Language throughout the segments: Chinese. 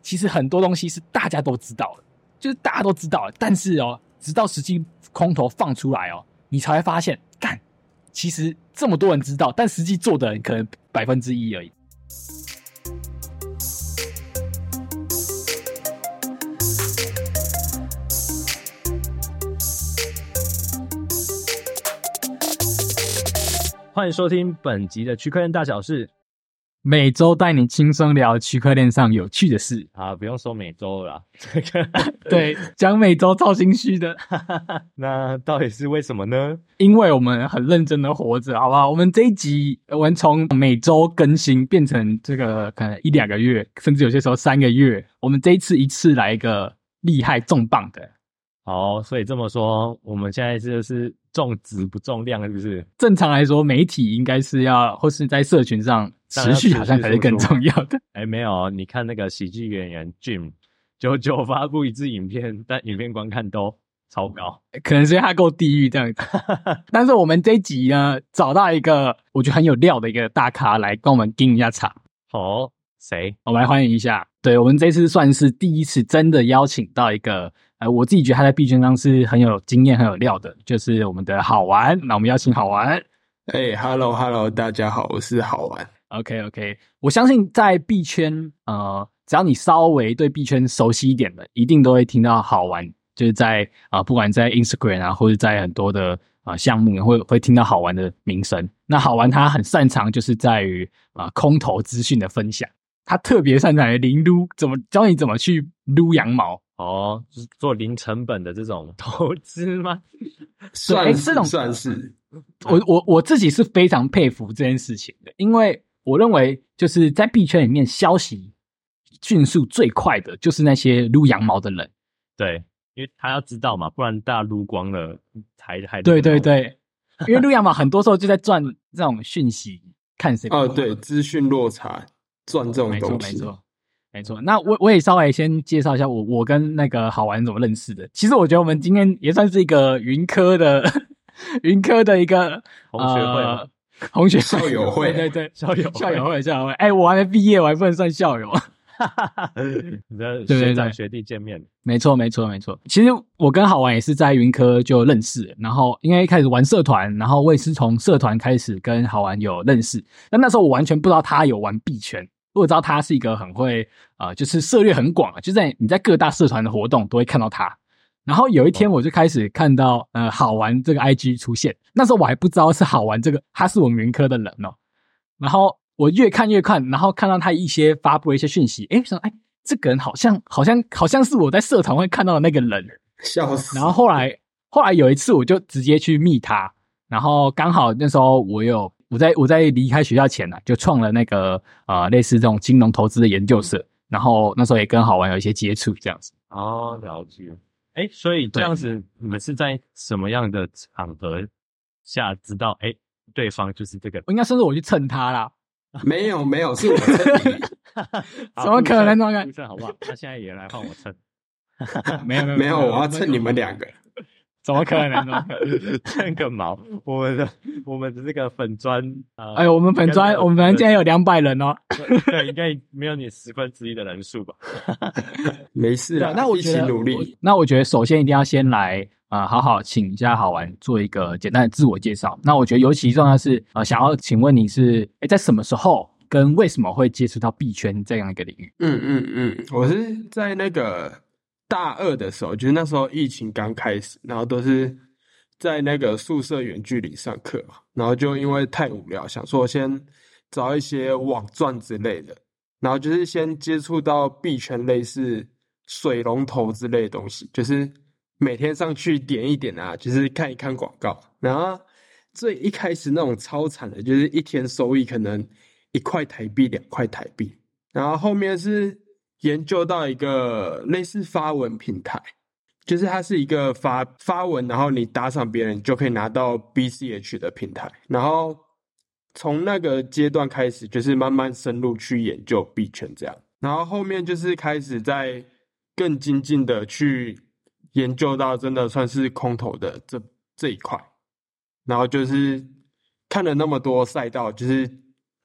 其实很多东西是大家都知道的，就是大家都知道的，但是直到实际空头放出来你才会发现，干，其实这么多人知道，但实际做的人可能1%而已。 欢迎收听本集的区块链大小事， 每周带你轻松聊区块链上有趣的事。 啊，不用说每周了啦， 对，讲每周超心虚的。 那到底是为什么呢？ 因为我们很认真的活着，好不好？我们这一集，我们从每周更新变成这个可能1-2个月，甚至有些时候3个月。我们这一次来一个厉害重磅的。 好，所以这么说，我们现在就是重质不重量，是不是？ 正常来说，媒体应该是要，或是在社群上持续，好像才是更重要的。 没有，你看那个喜剧演员 Jim， 久发布一支影片，但影片观看都超高， 可能是因为他够地狱这样子。但是我们这一集呢，找到一个我觉得很有料的一个大咖来跟我们盯一下场。 好，谁？ 我们来欢迎一下。对，我们这次算是第一次真的邀请到一个我自己觉得他在币圈上是很有经验很有料的，就是我们的好玩。那我们邀请好玩。 Hello， 大家好，我是好玩。 OK， 我相信在币圈只要你稍微对币圈熟悉一点的，一定都会听到好玩，就是在不管在 Instagram 啊，或者在很多的项目会听到好玩的名声。那好玩他很擅长就是在于空头资讯的分享，他特别擅长于零撸，教你怎么去撸羊毛。 就是做零成本的这种投资吗？ 算是。 我自己是非常佩服这件事情的，因为我认为就是在币圈里面消息迅速最快的就是那些撸羊毛的人。 对，因为他要知道嘛，不然大家撸光了还对，因为撸羊毛很多时候就在赚这种讯息，看谁对，资讯落差赚这种东西， 没错。那我也稍微先介绍一下我跟那个好玩怎么认识的。其实我觉得我们今天也算是一个云科的一个同学会吗？ 同学校友会， 对，校友会。我还没毕业，我还不能算校友。 你的学长学弟见面。 没错。其实我跟好玩也是在云科就认识了，然后因为一开始玩社团，然后我也是从社团开始跟好玩有认识。那时候我完全不知道他有玩币圈，我知道他是一个很会就是涉猎很广，就在你在各大社团的活动都会看到他。然后有一天我就开始看到好玩这个 IG 出现，那时候我还不知道是好玩这个他是我们云科的人哦。然后我越看，然后看到他一些发布的一些讯息，想这个人好像是我在社团会看到的那个人， 笑死。 然后后来有一次我就直接去密他，然后刚好那时候我在离开学校前就创了那个类似这种金融投资的研究社，然后那时候也跟好玩有一些接触这样子。 了解。所以这样子你们是在什么样的场合下知道对方就是这个？ 应该算是我去蹭他啦。 没有，是我蹭你。 怎么可能？ 不蹭好不好？他现在也来换我蹭。 没有， 我要蹭你们两个。 怎么可能？ 蹭个毛！我们的这个粉专我们粉专竟然有200人哦。 对，应该没有你1/10的人数吧？ 没事啦，一起努力。 那我觉得首先一定要先来好好请一下好玩做一个简单的自我介绍。那我觉得尤其重要的是想要请问你是在什么时候跟为什么会接触到币圈这样一个领域？ 我是在那个大2的时候，就是那时候疫情刚开始，然后都是在那个宿舍远距离上课嘛，然后就因为太无聊，想说先找一些网赚之类的，然后就是先接触到币圈类似水龙头之类的东西，就是每天上去点一点就是看一看广告，然后最一开始那种超惨的，就是一天收益可能1块台币、2块台币，然后后面是研究到一个类似发文平台，就是它是一个发文，然后你打赏别人就可以拿到 BCH 的平台，然后从那个阶段开始就是慢慢深入去研究币圈这样，然后后面就是开始在更精进的去研究到真的算是空头的这一块，然后就是看了那么多赛道，就是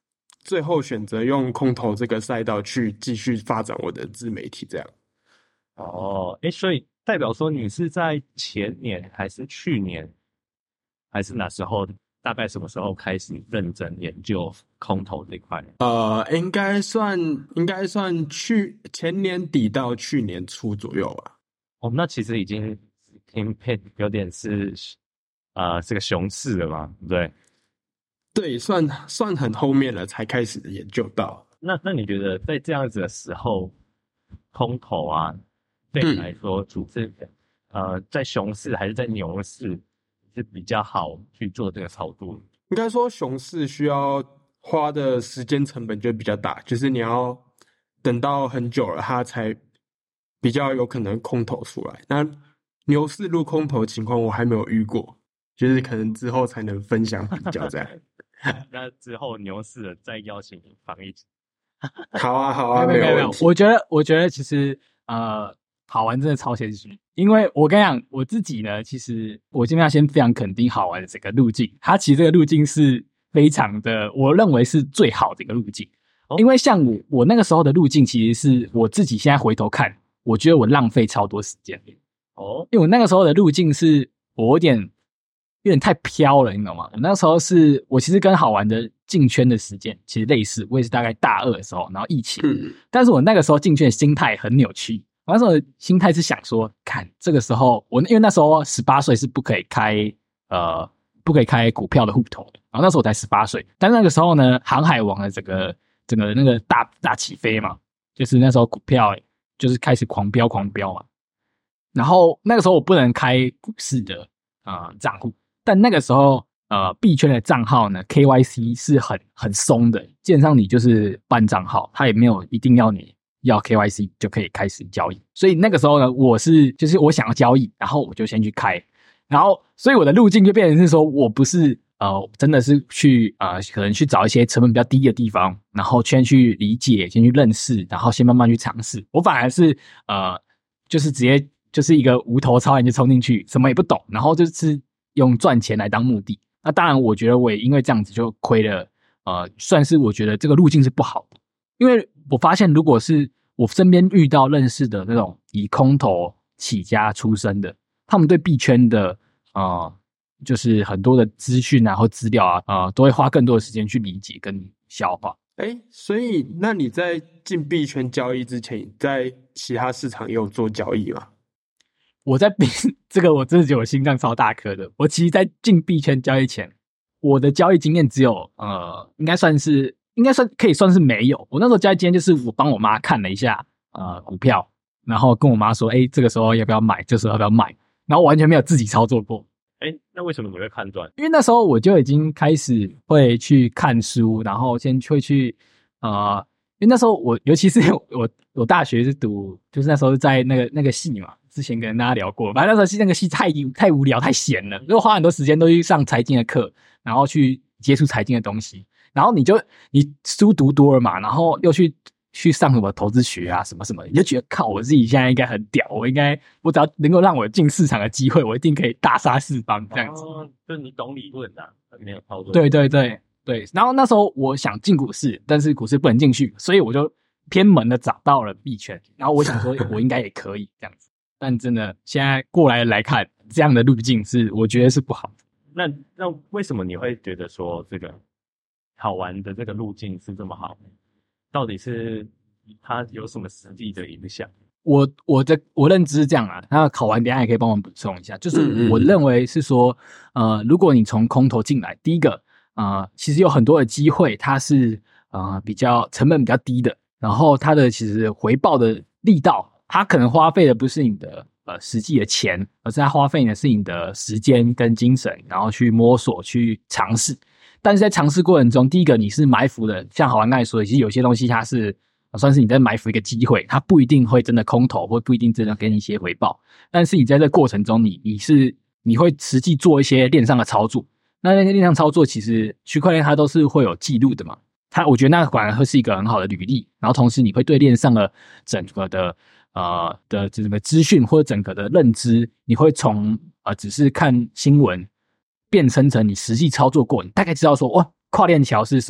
最后选择用空投这个赛道去继续发展我的自媒体这样。 哦，所以代表说你是在前年还是去年，还是哪时候？大概什么时候开始认真研究空投这块？ 应该算前年底到去年初左右吧。 哦，那其实已经偏有点是这个熊市了嘛，对不对？ 对，算很后面了才开始研究到。 那你觉得在这样子的时候，空投啊，对你来说，在熊市还是在牛市是比较好去做这个操作？ 应该说熊市需要花的时间成本就比较大，就是你要等到很久了，它才比较有可能空投出来。那牛市入空投情况我还没有遇过，就是可能之后才能分享比较这样。 那之后牛市了再邀请你放一集。 好啊， 没有问题。 我觉得其实好玩真的超谦虚，因为我跟你讲，我自己呢，其实我这边要先非常肯定好玩的这个路径，它其实这个路径是非常的，我认为是最好的一个路径。因为像我那个时候的路径，其实是我自己现在回头看，我觉得我浪费超多时间。因为我那个时候的路径是我有点太飘了，你懂吗？我那时候我其实跟好玩的进圈的时间其实类似，我也是大概大2的时候，然后疫情，但是我那个时候进圈的心态很扭曲。我那时候的心态是想说，看这个时候因为那时候18岁是不可以开股票的户头的，然后那时候我才18岁，但是那个时候呢，航海王的整个那个大起飞嘛，就是那时候股票就是开始狂飙嘛，然后那个时候我不能开股市的账户，但那个时候币圈的账号呢 KYC 是很松的，基本上你就是办账号，它也没有一定要你要 KYC 就可以开始交易。所以那个时候呢，就是我想要交易，然后我就先去开，然后所以我的路径就变成是说我不是真的是去可能去找一些成本比较低的地方，然后先去理解，先去认识，然后先慢慢去尝试。我反而是就是直接就是一个无头苍蝇就冲进去，什么也不懂，然后就是用赚钱来当目的。那当然我觉得我也因为这样子就亏了算是我觉得这个路径是不好的。因为我发现如果是我身边遇到认识的那种以空头起家出身的，他们对币圈的就是很多的资讯啊或资料啊都会花更多的时间去理解跟消化。 所以那你在进币圈交易之前，在其他市场也有做交易吗？ 我在这个我真的觉得我心脏超大颗的。我其实在进币圈交易前，我的交易经验只有应该可以算是没有。我那时候交易经验就是我帮我妈看了一下股票，然后跟我妈说这个时候要不要买，这时候要不要买，然后完全没有自己操作过。 那为什么你会判断？ 因为那时候我就已经开始会去看书，然后先会去因为那时候尤其是我大学是读，就是那时候是在那个系嘛，之前跟大家聊过，反正那时候那个系太无聊太闲了，就花很多时间都去上财经的课，然后去接触财经的东西，然后你书读多了嘛，然后又去上什么投资学啊什么什么，你就觉得靠，我自己现在应该很屌，我只要能够让我进市场的机会，我一定可以大杀四方这样子。 就是你懂理论啊，没有操作。 对，然后那时候我想进股市，但是股市不能进去，所以我就偏门的找到了币圈，然后我想说我应该也可以这样子，但真的现在过来看，这样的路径我觉得是不好的。 那为什么你会觉得说这个好玩的这个路径是这么好？到底是它有什么实际的影响？ 我认知是这样啊，那考完等一下也可以帮我补充一下，就是我认为是说如果你从空头进来，第一个其实有很多的机会，它是比较成本比较低的，然后它的其实回报的力道，它可能花费的不是你的实际的钱，而是它花费的是你的时间跟精神，然后去摸索去尝试。但是在尝试过程中，第一个你是埋伏的，像好玩刚才说的，其实有些东西它是算是你在埋伏一个机会，它不一定会真的空投，或不一定真的给你一些回报，但是你在这个过程中你会实际做一些链上的操作。那些链上操作其实区块链它都是会有记录的嘛，我觉得那反而会是一个很好的履历，然后同时你会对链上的整个的整个资讯或者整个的认知，你会从只是看新闻变成你实际操作过，你大概知道说跨链桥是什么，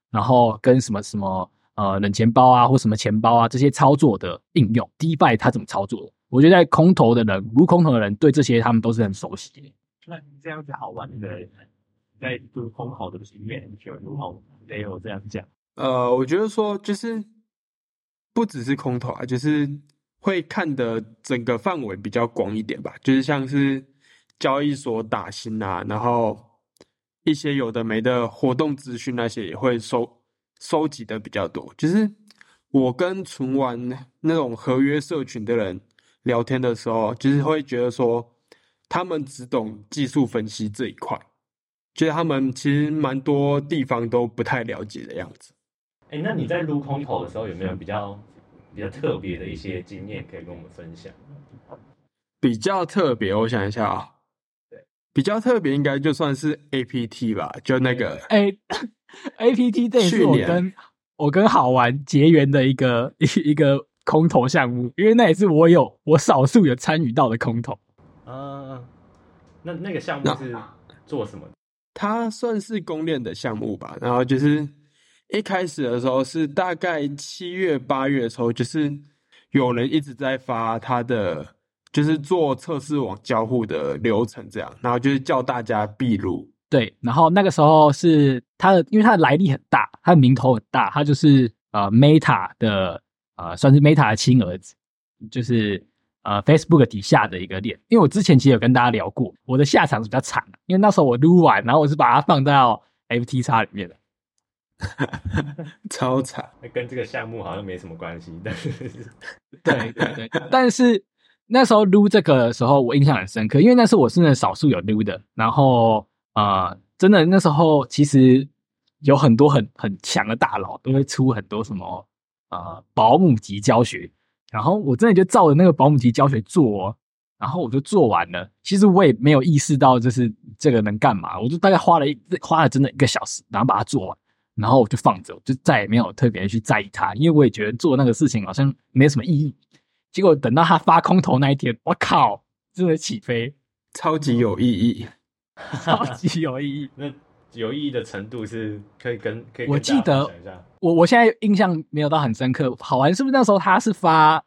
然后跟什么什么冷钱包啊或什么钱包啊这些操作的应用 ，DeFi 它怎么操作的？我觉得在空投的人，撸空投的人对这些他们都是很熟悉的。 那这样子好玩的，在撸空投的里面，就好得有这样讲。 我觉得说就是不只是空投啊，就是会看的整个范围比较广一点吧，就是像是交易所打新啊，然后一些有的没的活动资讯那些也会收集的比较多。就是我跟纯玩那种合约社群的人聊天的时候，就是会觉得说他们只懂技术分析这一块，就是他们其实蛮多地方都不太了解的样子。 那你在撸空投的时候有没有比较特别的一些经验可以跟我们分享？ 比较特别，我想一下啊，比较特别应该就算是 APT 吧，就那个 APT 这也是我跟好玩结缘的一个空投项目，因为那也是我少数有参与到的空投。 那个项目是做什么？ 它算是公链的项目吧，然后就是一开始的时候是大概7月8月的时候，就是有人一直在发他的就是做测试网交互的流程这样，然后就是叫大家闭入。 对，然后那个时候是因为他的来历很大，他的名头很大，他就是Meta 的算是 Meta 的亲儿子，就是Facebook 底下的一个链。因为我之前其实有跟大家聊过，我的下场是比较惨的，因为那时候我撸完，然后我是把它放到 FTX 里面的。 超惨， 跟这个项目好像没什么关系，但是对，但是那时候撸这个的时候，我印象很深刻，因为那是我真的少数有撸的，然后真的那时候其实有很多很强的大佬都会出很多什么保姆级教学，然后我真的就照着那个保姆级教学做哦，然后我就做完了。其实我也没有意识到就是这个能干嘛，我就大概花了真的1个小时，然后把它做完。然后我就放着，就再也没有特别去在意它，因为我也觉得做那个事情好像没什么意义。结果等到他发空头那一天，我靠，真的起飞， 超级有意义， 超级有意义。 那有意义的程度是可以跟我记得我现在印象没有到很深刻，好玩是不是那时候他是发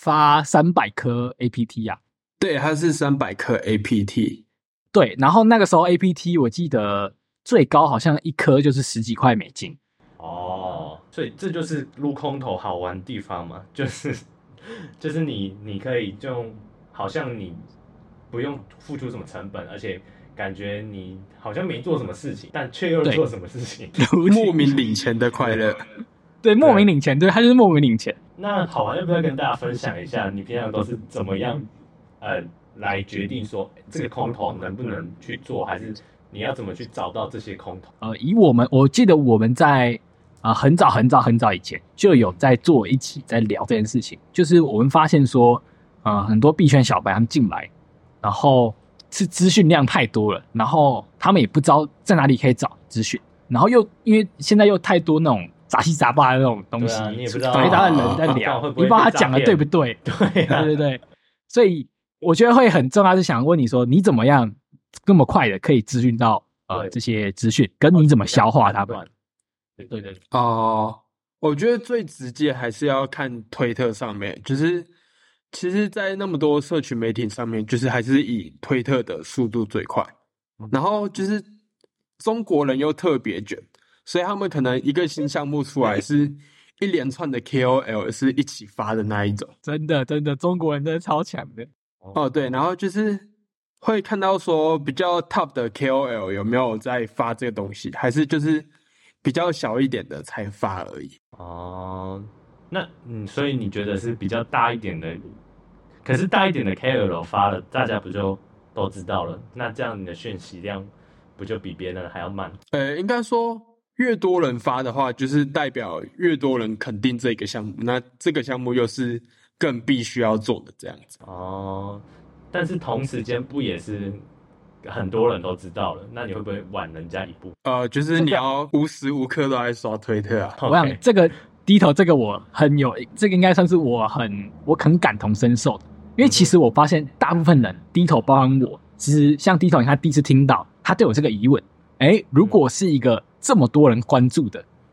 300颗 APT 啊？ 对，他是300颗 APT。 对，然后那个时候 APT 我记得最高好像1颗就是10几块美金。 所以这就是撸空头好玩的地方嘛，就是你可以就好像你不用付出什么成本，而且感觉你好像没做什么事情，但却又做什么事情， 莫名领钱的快乐。 对，莫名领钱，对，他就是莫名领钱。 那好玩，要不要跟大家分享一下你平常都是怎么样来决定说这个空头能不能去做，还是你要怎么去找到这些空头？ 我记得我们在很早以前就有在做一起在聊这件事情，就是我们发现说很多币圈小白他们进来，然后是资讯量太多了，然后他们也不知道在哪里可以找资讯，然后又因为现在又太多那种杂七杂八的那种东西， 你也不知道一大堆人在聊，你不知道他讲的对不对？对，所以我觉得会很重要，是想问你说你怎么样这么快的可以资讯到这些资讯，跟你怎么消化它们？对我觉得最直接还是要看推特上面，就是其实在那么多社群媒体上面，就是还是以推特的速度最快，然后就是中国人又特别卷，所以他们可能一个新项目出来是一连串的 KOL 是一起发的那一种。 真的中国人真的超强的。 对，然后就是会看到说比较 top 的 KOL 有没有在发这个东西，还是就是比较小一点的才发而已。 那所以你觉得是比较大一点的，可是大一点的 KOL 发了，大家不就都知道了？那这样你的讯息量不就比别人还要慢？ 应该说越多人发的话，就是代表越多人肯定这个项目，那这个项目又是更必须要做的这样子。 但是同时间不也是很多人都知道了，那你会不会晚人家一步？ 就是你要无时无刻都在刷推特啊。 我想这个低头，这个我很有，这个应该算是我很感同身受的，因为其实我发现大部分人低头，包含我，其实像低头，你看第一次听到，他对我这个疑问，如果是一个这么多人关注的，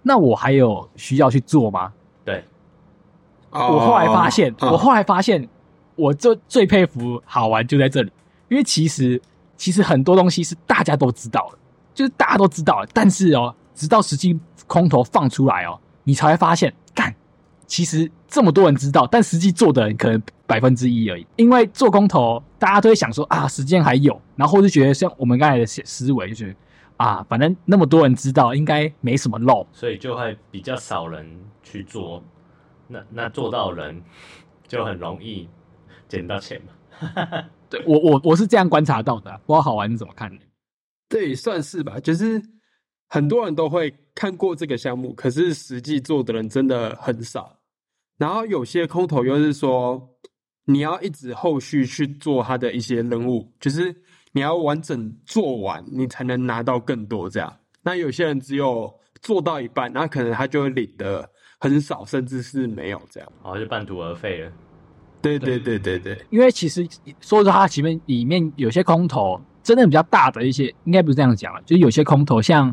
那我还有需要去做吗？ 对， 我后来发现，我最佩服好玩就在这里，因为其实很多东西是大家都知道的，就是大家都知道了，但是直到实际空投放出来你才会发现，干，其实这么多人知道，但实际做的人可能1%而已。因为做空投，大家都会想说啊，时间还有，然后或是觉得像我们刚才的思维，就是啊，反正那么多人知道，应该没什么漏， 所以就会比较少人去做，那做到人就很容易捡到钱嘛。 对，我是这样观察到的，不知道好玩是怎么看的？ 对，算是吧，就是很多人都会看过这个项目，可是实际做的人真的很少。然后有些空投又是说，你要一直后续去做他的一些任务，就是你要完整做完，你才能拿到更多这样。那有些人只有做到一半，那可能他就会领的很少，甚至是没有这样。 就半途而废了。 对， 因为其实说实话，它里面有些空投真的比较大的一些，应该不是这样讲了，就是有些空投像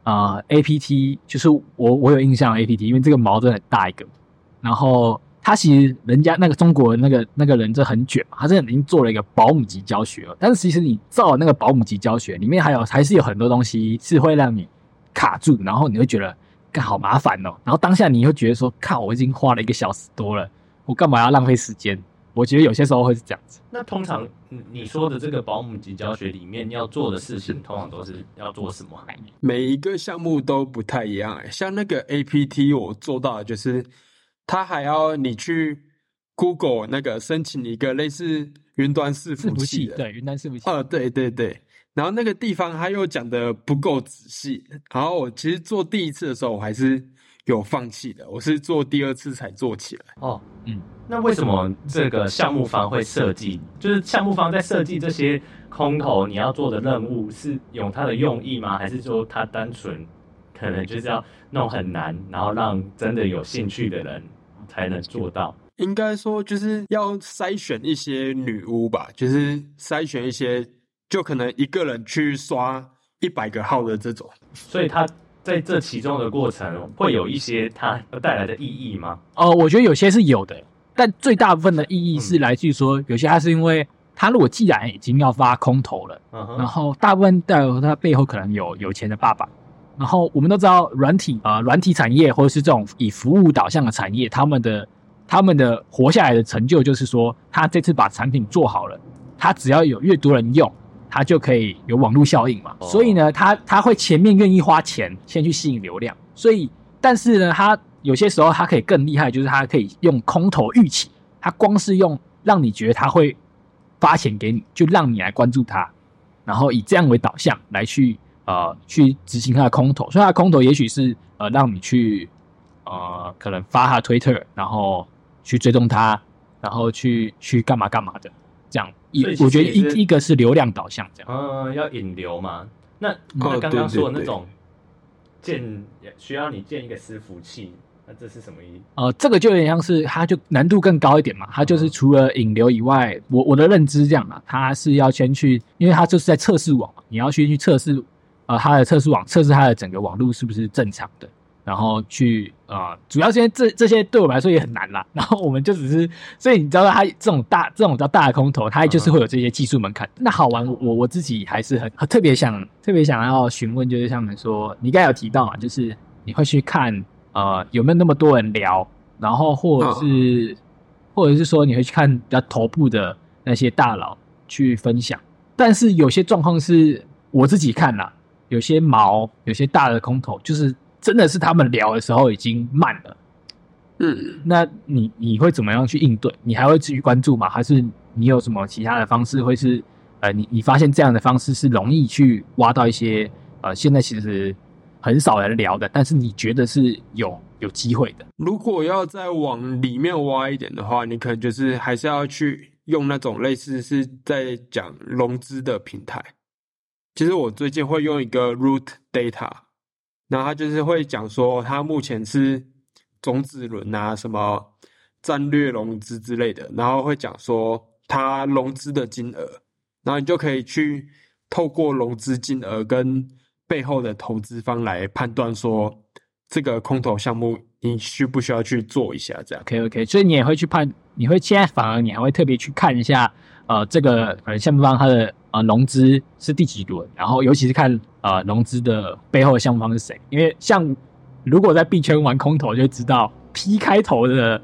APT， 就是我有印象的 APT， 因为这个毛真的很大一个。然后他其实人家那个中国那个人真的很卷嘛，他真的已经做了一个保姆级教学了。但是其实你照了那个保姆级教学，里面还是有很多东西是会让你卡住，然后你会觉得干好麻烦哦。然后当下你会觉得说，靠，我已经花了1个小时多了，我干嘛要浪费时间？我觉得有些时候会是这样子。 那通常你说的这个保姆级教学里面要做的事情，通常都是要做什么？ 每一个项目都不太一样像那个 APT 我做到的就是他还要你去 Google 那个申请一个类似云端伺服器的， 对，云端伺服器。 对。然后那个地方他又讲的不够仔细，然后我其实做第一次的时候我还是有放弃的，我是做第2次才做起来。 那为什么这个项目方会设计？就是项目方在设计这些空投你要做的任务，是有它的用意吗？还是说他单纯可能就是要弄很难，然后让真的有兴趣的人才能做到？ 应该说就是要筛选一些女巫吧，就是筛选一些就可能一个人去刷100个号的这种。 所以他在这其中的过程会有一些它带来的意义吗？ 我觉得有些是有的，但最大部分的意义是来自于说，有些它是因为他如果既然已经要发空投了，然后大部分代表他背后可能有钱的爸爸。然后我们都知道软体产业或者是这种以服务导向的产业，他们的活下来的成就就是说，他这次把产品做好了，他只要有越多人用，他就可以有网络效应嘛。所以呢，他会前面愿意花钱先去吸引流量。所以，但是呢，他有些时候他可以更厉害，就是他可以用空投预期，他光是用让你觉得他会发钱给你，就让你来关注他，然后以这样为导向来去执行他的空投。所以他的空投也许是让你去可能发他的推特，然后去追踪他，然后去干嘛干嘛的这样。我觉得一个是流量导向这样。 要引流嘛。那刚刚说的那种需要你建一个伺服器，那这是什么意思？ 这个就有点像是它就难度更高一点嘛，它就是除了引流以外，我的认知这样嘛，它是要先去，因为它就是在测试网嘛，你要先去测试它的测试网，测试它的整个网络是不是正常的，然后去主要这些对我们来说也很难啦。然后我们就只是，所以你知道它这种比较大的空投，它就是会有这些技术门槛。那好玩，我自己还是很特别想要询问，就是像你说，你刚才有提到嘛，就是你会去看有没有那么多人聊，然后或者是说你会去看比较头部的那些大佬去分享。但是有些状况是我自己看啦，有些大的空投就是真的是他们聊的时候已经慢了。那你会怎么样去应对？你还会继续关注吗？还是你有什么其他的方式会是你发现这样的方式是容易去挖到一些现在其实很少人聊的，但是你觉得是有机会的？ 如果要再往里面挖一点的话，你可能就是还是要去用那种类似是在讲融资的平台。其实我最近会用一个 Root Data， 然后他就是会讲说他目前是种子轮啊，什么战略融资之类的，然后会讲说他融资的金额，然后你就可以去透过融资金额跟背后的投资方来判断说这个空投项目你需不需要去做一下这样。 OK， 所以你也会去你会现在反而你还会特别去看一下，这个项目方它的融资是第几轮，然后尤其是看融资的背后的项目方是谁，因为像如果在币圈玩空投就会知道 P 开头的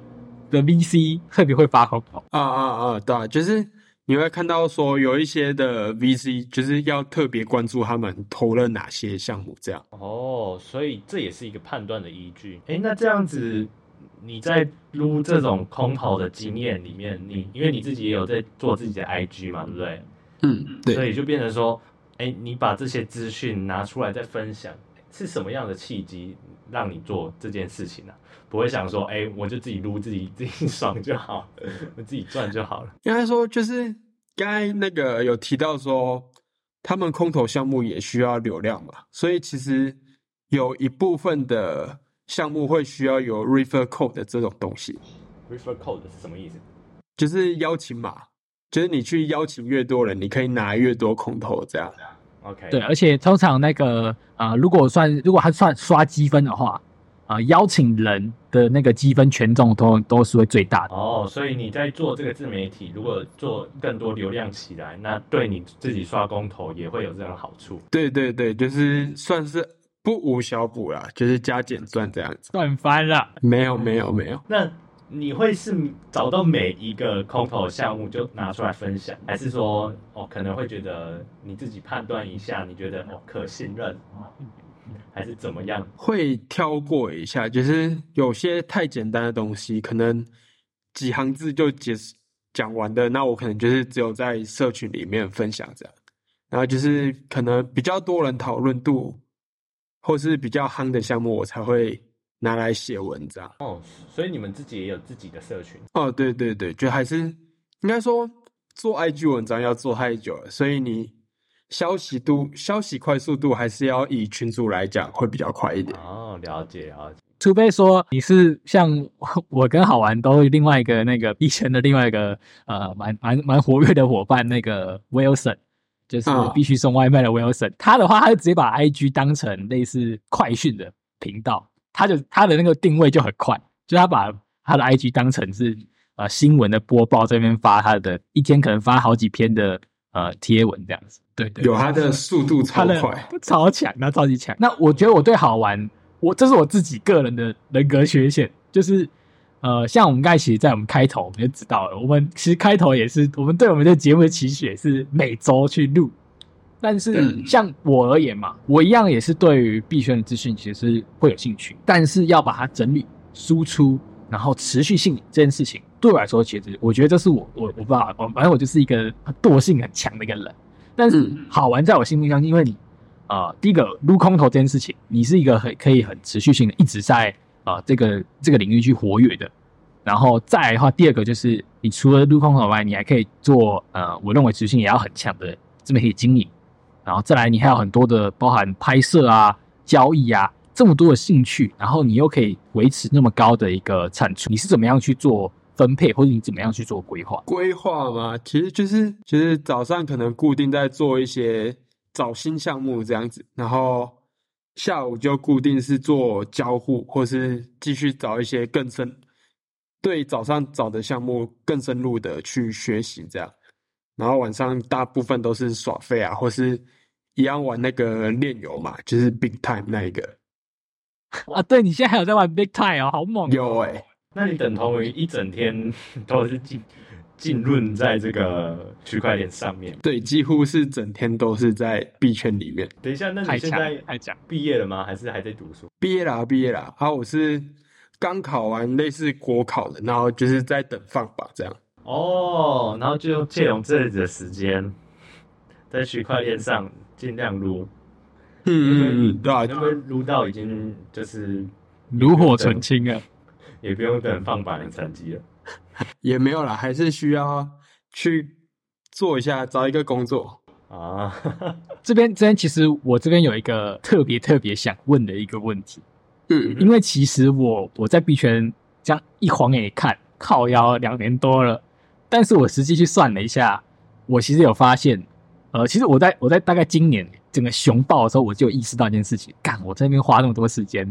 VC 特别会发空投对啊，就是你会看到说有一些的 VC 就是要特别关注他们投了哪些项目这样。 哦，所以这也是一个判断的依据。那这样子你在撸这种空投的经验里面，因为你自己也有在做自己的 IG 嘛，对不对？ 对。 所以就变成说，你把这些资讯拿出来再分享，是什么样的契机让你做这件事情呢？不会想说，我就自己撸自己爽就好，我自己赚就好了。 应该说就是刚才那个有提到说，他们空投项目也需要流量嘛，所以其实有一部分的项目会需要有 refer code 的这种东西。 refer code 是什么意思？ 就是邀请码，就是你去邀请越多人，你可以拿越多空投这样。 OK， 对，而且通常那个如果他算刷积分的话，邀请人的那个积分权重都是会最大的。 哦，所以你在做这个自媒体，如果做更多流量起来，那对你自己刷公投也会有这样的好处。 对，就是算是不无小补啦，就是加减赚这样子。 赚翻了。 没有。 那你会是找到每一个空投项目就拿出来分享，还是说可能会觉得你自己判断一下，你觉得可信任，还是怎么样？ 会挑过一下，就是有些太简单的东西，可能几行字就讲完的，那我可能就是只有在社群里面分享这样。然后就是可能比较多人讨论度，或是比较夯的项目，我才会拿来写文章。 所以你们自己也有自己的社群？ 对，就还是应该说做 IG 文章要做太久了，所以你消息快速度还是要以群组来讲会比较快一点。 了解。 除非说你是像我跟好玩都另外一个那个币圈的另外一个蛮活跃的伙伴，那个 Wilson， 就是必须送外卖的 Wilson，他的话他就直接把 IG 当成类似快讯的频道，他的那个定位就很快，就他把他的 IG 当成是新闻的播报，这边发他的一天可能发好几篇的贴文这样子。对， 有他的速度超快， 超强，那超级强。那我觉得我对好玩，这是我自己个人的人格缺陷，就是像我们刚才其实在我们开头我们就知道了，我们其实开头也是我们对我们的节目的期许也是每周去录，但是像我而言嘛，我一样也是对于币圈的资讯其实会有兴趣，但是要把它整理输出，然后持续性这件事情对我来说，其实我觉得这是我不知道，反正我就是一个惰性很强的一个人。但是好玩在我心目中，因为你第一个撸空投这件事情，你是一个可以很持续性的一直在这个领域去活跃的。然后再来的话，第二个就是你除了撸空投外，你还可以做我认为持续性也要很强的自媒体经营。然后再来，你还有很多的包含拍摄啊、交易啊这么多的兴趣，然后你又可以维持那么高的一个产出，你是怎么样去做分配，或者你怎么样去做规划？ 规划嘛，其实就是早上可能固定在做一些找新项目这样子，然后下午就固定是做交互，或是继续找一些对早上找的项目更深入的去学习这样，然后晚上大部分都是耍废啊，或是一样玩那个炼油嘛，就是 Big Time 那一个。 对，你现在还有在玩 Big Time 好猛。 有那你等同于一整天都是浸润在这个区块链上面？ 对，几乎是整天都是在币圈里面。 等一下，那你现在毕业了吗？还是还在读书？ 毕业啦。我是刚考完类似国考的，然后就是在等放榜这样。 然后就借用这里的时间，在区块链上尽量撸。 对啊， 能不能撸到已经就是炉火纯青了？ 也不用等放榜的成绩了。 也没有啦，还是需要去做一下，找一个工作啊。 这边其实我这边有一个特别想问的一个问题，因为其实我在币圈这样一晃眼一看，靠腰2年多了，但是我实际去算了一下，我其实有发现，其实我在大概今年整个熊爆的时候，我就有意识到一件事情，我在那边花那么多时间，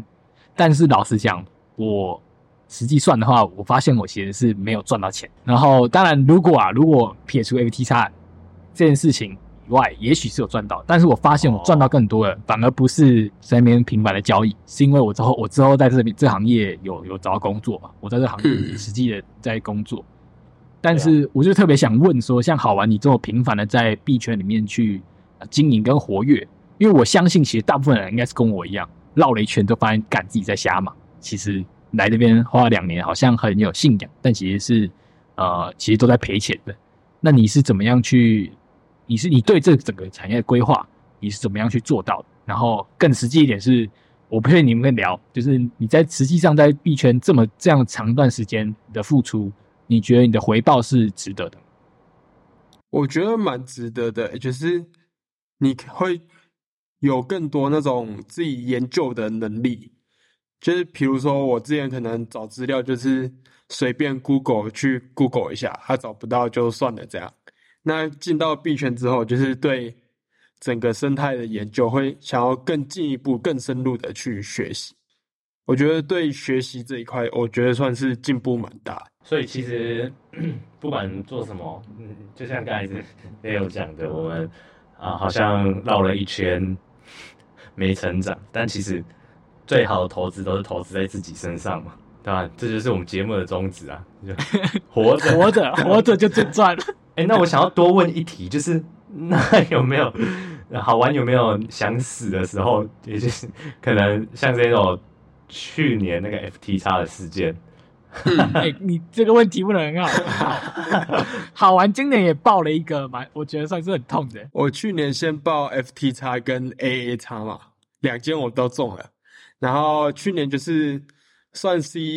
但是老实讲，我实际算的话，我发现我其实是没有赚到钱。然后当然如果撇除 FTX 这件事情以外，也许是有赚到，但是我发现我赚到更多了，反而不是在那边频繁的交易，是因为我之后在这行业有找到工作嘛，我在这行业实际的在工作。但是我就特别想问说，像好玩你这么频繁的在币圈里面去经营跟活跃，因为我相信其实大部分人应该是跟我一样，绕了一圈都发现干自己在瞎忙。其实来这边花了2年，好像很有信仰，但其实都在赔钱的。那你是怎么样去？你对这整个产业的规划，你是怎么样去做到的？然后更实际一点是，我不确定你们跟聊，就是你在实际上在币圈这样长一段时间的付出，你觉得你的回报是值得的？ 我觉得蛮值得的，就是你会有更多那种自己研究的能力。就是比如说我之前可能找资料就是随便 Google 去 Google 一下，找不到就算了这样。那进到币圈之后，就是对整个生态的研究会想要更进一步、更深入的去学习。我觉得对学习这一块，我觉得算是进步蛮大。 所以其实不管做什么，就像刚才也有讲的，我们好像绕了一圈没成长，但其实最好的投资都是投资在自己身上嘛，对吧？这就是我们节目的宗旨啊，活着就真赚了。 那我想要多问一题，就是那有没有好玩？有没有想死的时候？也就是可能像这种去年那个 FTX 的事件。 你这个问题问得很好。好玩今年也爆了一个我觉得算是很痛的。 我去年先报 FTX 跟 AAX 嘛，2间我都中了。然后去年就是算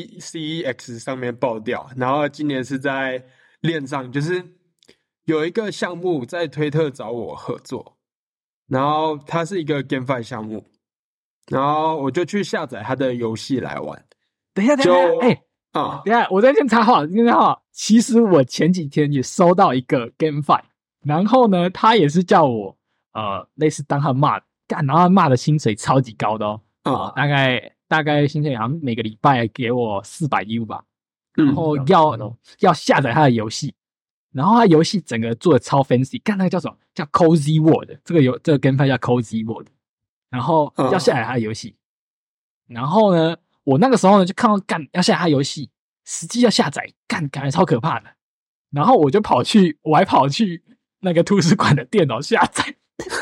CEX 上面爆掉，然后今年是在链上，就是有一个项目在推特找我合作，然后它是一个 GameFi 项目，然后我就去下载它的游戏来玩。 等一下，我在先插话，其实我前几天也收到一个 GameFi， 然后呢，他也是叫我类似当他骂干，然后他骂的薪水超级高的大概薪水好像每个礼拜给我400U 吧，然后要下载他的游戏，然后他游戏整个做的超 fancy， 干那个叫什么？叫 Cozy World， 这个 GameFi 叫 Cozy World， 然后要下载他的游戏，然后呢，我那个时候呢就看到干要下载他的游戏，实际要下载干感觉超可怕的，然后我还跑去那个图书馆的电脑下载。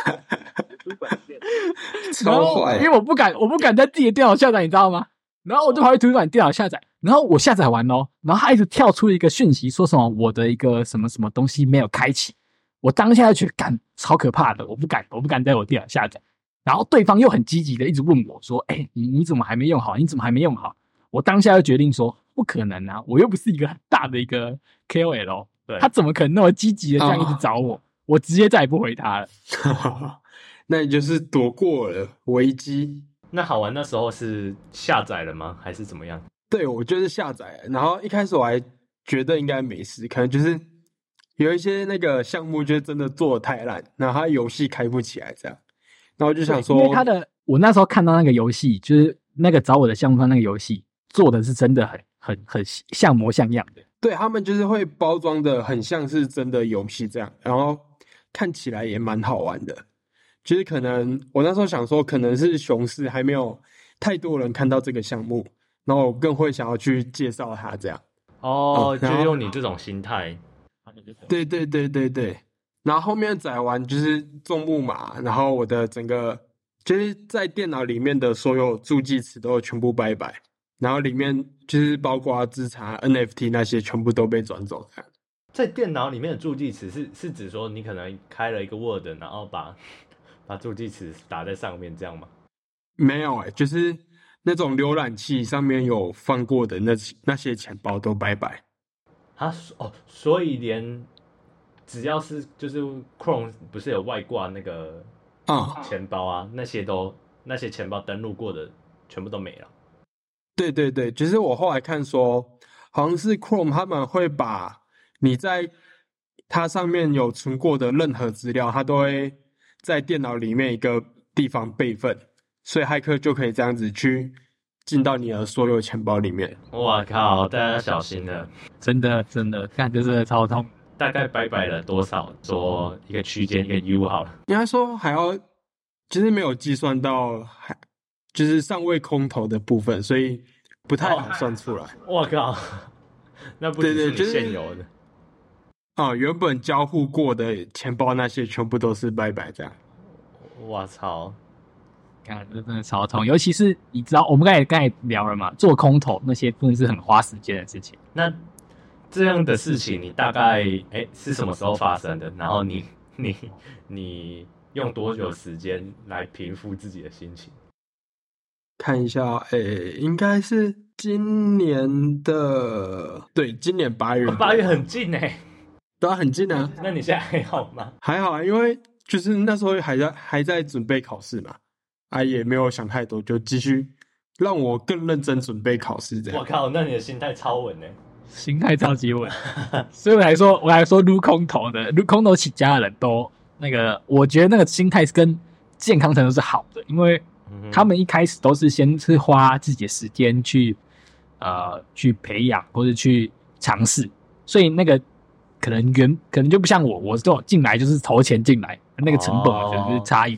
超坏， 因为我不敢在自己的电脑下载，你知道吗？然后我就跑去图书馆电脑下载，然后我下载完然后他一直跳出一个讯息，说什么我的一个什么什么东西没有开启。我当下就觉得干超可怕的，我不敢在我电脑下载。然后对方又很积极的一直问我说：“你怎么还没用好？你怎么还没用好？”我当下就决定说：“不可能啊，我又不是一个很大的一个 KOL， 对，他怎么可能那么积极的这样一直找我？我直接再也不回他了。” 那你就是躲过了危机。 那好玩那时候是下载了吗？还是怎么样？ 对，我就是下载了，然后一开始我还觉得应该没事，可能就是有一些那个项目就是真的做得太烂，然后他游戏开不起来这样，然后我就想说， 因为我那时候看到那个游戏，就是那个找我的项目方那个游戏做的是真的很像模像样的。 对，他们就是会包装的很像是真的游戏这样，然后看起来也蛮好玩的。就是可能我那时候想说，可能是熊市还没有太多人看到这个项目，然后我更会想要去介绍它这样。 就用你这种心态。 对。然后后面载完就是种木马，然后我的整个就是在电脑里面的所有助记词都全部拜拜，然后里面就是包括资产 NFT 那些全部都被转走了。 在电脑里面的助记词是指说你可能开了一个 Word， 然后把助记词打在上面这样吗？ 没有就是那种浏览器上面有放过的那些钱包都拜拜。 所以连只要是就是 Chrome 不是有外挂那个钱包啊，那些钱包登录过的全部都没了。 对，就是我后来看说，好像是 Chrome 他们会把你在它上面有存过的任何资料，它都会在电脑里面一个地方备份，所以骇客就可以这样子去进到你的所有钱包里面。 哇靠，大家小心了。 真的，干这真的超痛。 大概摆了多少？说一个区间一个 U 好了。 应该说还要，就是没有计算到就是尚未空投的部分，所以不太好算出来。 我靠，那不只是你现有的。 原本交互过的钱包那些全部都是拜拜这样。 我操！ 看，这真的超痛，尤其是你知道，我们刚才聊了嘛，做空投那些真的是很花时间的事情。 那这样的事情，你大概是什么时候发生的？然后你用多久时间来平复自己的心情？ 看一下，应该是今年的，对，今年8月。 8月很近对啊，很近啊。 那你现在还好吗？ 还好啊，因为就是那时候还在准备考试嘛，也没有想太多，就继续让我更认真准备考试这样。 我靠，那你的心态超稳心态超级稳，所以我还说撸空头起家的人都那个，我觉得那个心态是跟健康程度是好的，因为他们一开始都是先是花自己的时间去培养或者去尝试，所以那个可能就不像我这种进来就是投钱进来，那个成本我觉得是差异。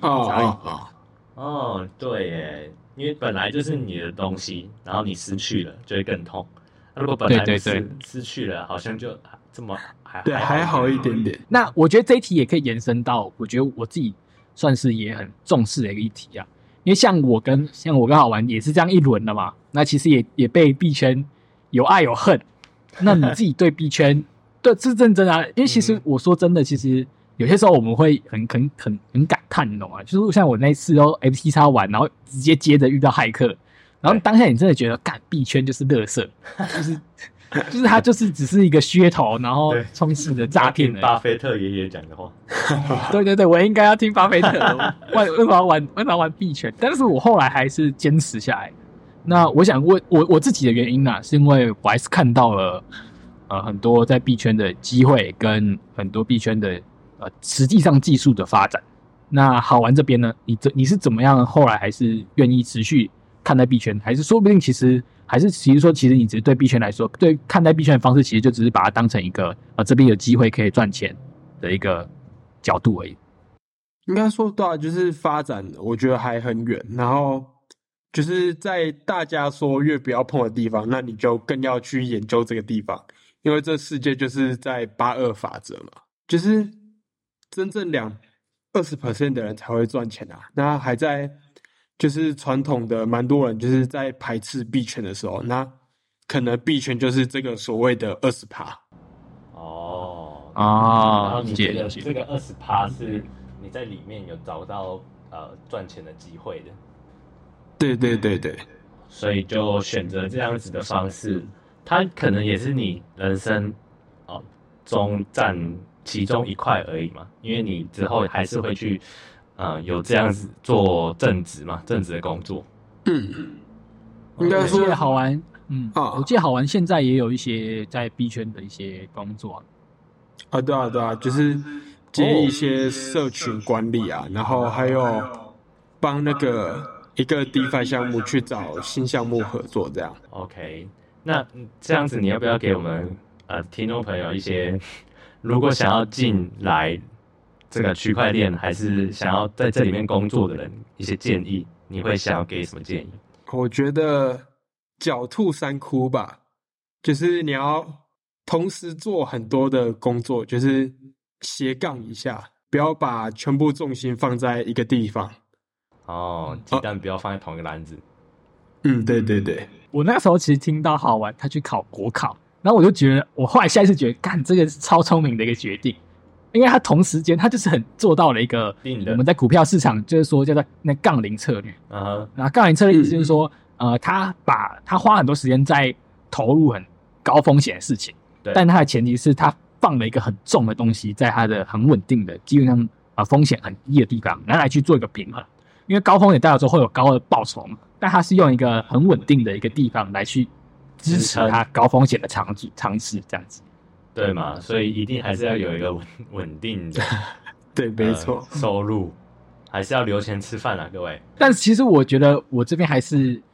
对耶，因为本来就是你的东西，然后你失去了就会更痛。如果本来不是失去了，好像就这么还好一点点。 那我觉得这一题也可以延伸到，我觉得我自己算是也很重视的一个议题啊。因为像我跟好玩也是这样一轮的嘛，那其实也被币圈有爱有恨。那你自己对币圈，对是认真啊？因为其实我说真的，其实有些时候我们会很感叹，你懂吗？就是像我那一次FTX 玩，然后直接接着遇到骇客。然后当下你真的觉得，干币圈就是垃圾，就是它就是只是一个噱头，然后充斥着诈骗。 巴菲特爷爷讲的话。 对，我应该要听巴菲特。为什么要玩币圈？但是我后来还是坚持下来。那我想问我自己的原因呢，是因为我还是看到了很多在币圈的机会，跟很多币圈的实际上技术的发展。那好玩这边呢，你是怎么样？后来还是愿意持续看待币圈，还是说不定其实你只是对币圈来说，对看待币圈的方式，其实就只是把它当成一个这边有机会可以赚钱的一个角度而已。 应该说对啊，就是发展，我觉得还很远。然后就是在大家说越不要碰的地方，那你就更要去研究这个地方，因为这世界就是在82法则嘛，就是真正20% 的人才会赚钱啊。那还在就是传统的蛮多人就是在排斥币圈的时候，那可能币圈就是这个所谓的20%。 然后你觉得这个20%是你在里面有找到赚钱的机会的？ 对， 所以就选择这样子的方式，它可能也是你人生中占其中一块而已嘛，因为你之后还是会去有这样子做正职嘛，正职的工作。 应该说好玩。我记得好玩现在也有一些在币圈的一些工作对啊，就是接一些社群管理啊，然后还有帮那个一个 DeFi 项目去找新项目合作这样。 OK， 那这样子你要不要给我们听众朋友一些，如果想要进来这个区块链，还是想要在这里面工作的人一些建议？你会想要给什么建议？ 我觉得狡兔三窟吧，就是你要同时做很多的工作，就是斜杠一下，不要把全部重心放在一个地方。 鸡蛋不要放在同一个篮子。 对。 我那时候其实听到好玩，他去考国考，然后我就觉得，我后来下一次觉得，干这个是超聪明的一个决定，因为他同时间他就是很做到了一个我们在股票市场就是说叫做那杠铃策略。那杠铃策略意思就是说，他花很多时间在投入很高风险的事情，但他的前提是他放了一个很重的东西在他的很稳定的，基本上风险很低的地方，然后来去做一个平衡。因为高风险代表说会有高的报酬嘛，但它是用一个很稳定的一个地方来去支持它高风险的尝试这样子。 对嘛，所以一定还是要有一个稳定的对，没错， 收入还是要留钱吃饭啊，各位。 但其实我觉得我这边还是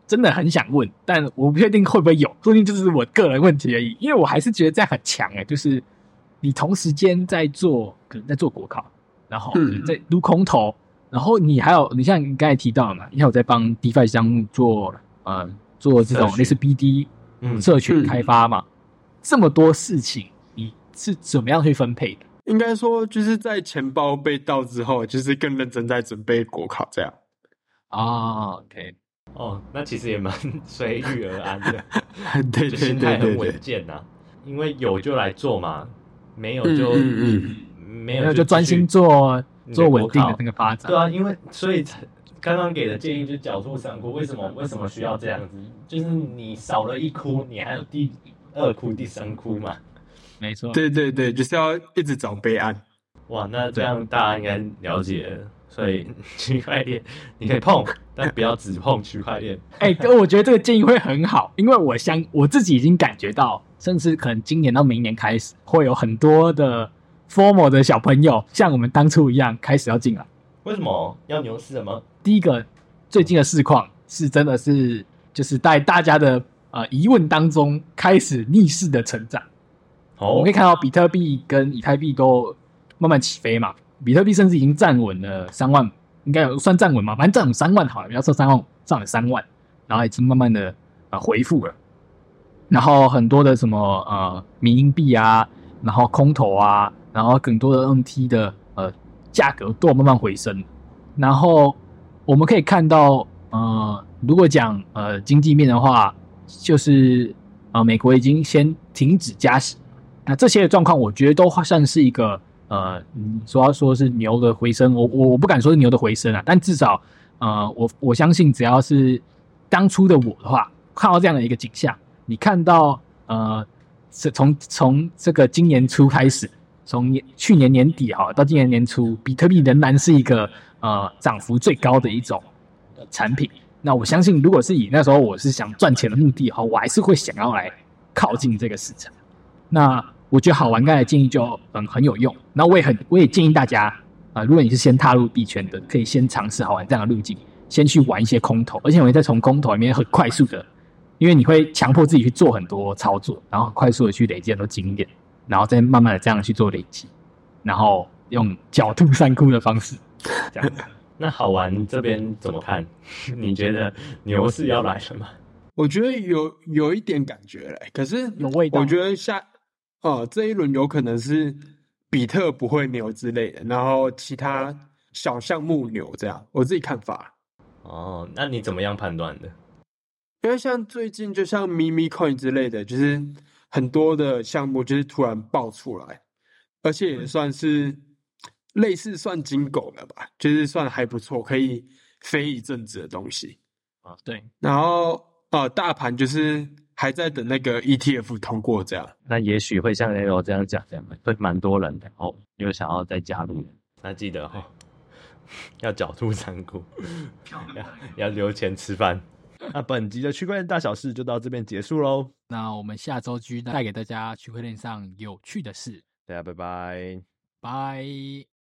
真的很想问，但我不确定会不会有，说不定就是我个人问题而已。因为我还是觉得这样很强就是你同时间可能在做国考，然后在撸空投，然后你像你刚才提到的嘛，你还有在帮 DeFi 项目做这种类似 BD 社群开发嘛，这么多事情，你是怎么样去分配的？ 应该说就是在钱包被盗之后，就是更认真在准备国考这样。 OK。 那其实也蛮随遇而安的， 对， 心态很稳健呐。因为有就来做嘛，没有就没有就专心做稳定的那个发展。 对啊，因为所以刚刚给的建议就是狡兔三窟，为什么需要这样子？就是你少了一窟，你还有第二窟、第三窟嘛。 没错。 对，就是要一直找备案。 哇，那这样大家应该了解了。所以区块链你可以碰，但不要只碰区块链。 我觉得这个建议会很好，因为我自己已经感觉到，甚至可能今年到明年开始，会有很多的 formal 的小朋友，像我们当初一样开始要进来。 为什么要牛市了吗？ 第一个，最近的市况是真的是就是在大家的疑问当中开始逆势的成长。我们可以看到比特币跟以太币都慢慢起飞嘛。比特币甚至已经站稳了3万，应该有算站稳吗？反正站稳3万好了，不要说3万，上了3万，然后已经慢慢的回复了。然后很多的什么迷因币啊，然后空投啊，然后更多的 NT 的价格都有慢慢回升。然后我们可以看到如果讲经济面的话，就是美国已经先停止加息，那这些的状况我觉得都算是一个说是牛的回升，我不敢说是牛的回升啊，但至少我相信只要是当初的我的话，看到这样的一个景象，你看到从这个今年初开始，从去年年底到今年年初，比特币仍然是一个涨幅最高的一种产品。那我相信，如果是以那时候我是想赚钱的目的我还是会想要来靠近这个市场。那我觉得好玩刚才的建议就很有用，那我也建议大家如果你是先踏入币圈的，可以先尝试好玩这样的路径，先去玩一些空投，而且我会再从空投里面很快速的，因为你会强迫自己去做很多操作，然后很快速的去累积很多经验，然后再慢慢的这样去做累积，然后用狡兔三窟的方式这样。 那好玩这边怎么看？你觉得牛市要来了吗？ 我觉得有一点感觉嘞，可是有味道。 我觉得这一轮有可能是比特不会牛之类的，然后其他小项目牛这样，我自己看法。 那你怎么样判断的？ 因为像最近就像 Meme Coin 之类的，就是很多的项目就是突然爆出来，而且也算是类似算金狗了吧，就是算还不错，可以飞一阵子的东西。 对。 然后大盘就是还在等那个 ETF 通过这样。 那也许会像 Leo 这样讲，会蛮多人的有想要再加入的。那记得要狡兔三窟，要留钱吃饭。那本集的区块链大小事就到这边结束喽。 那我们下周继续带给大家区块链上有趣的事。 大家拜拜。 拜。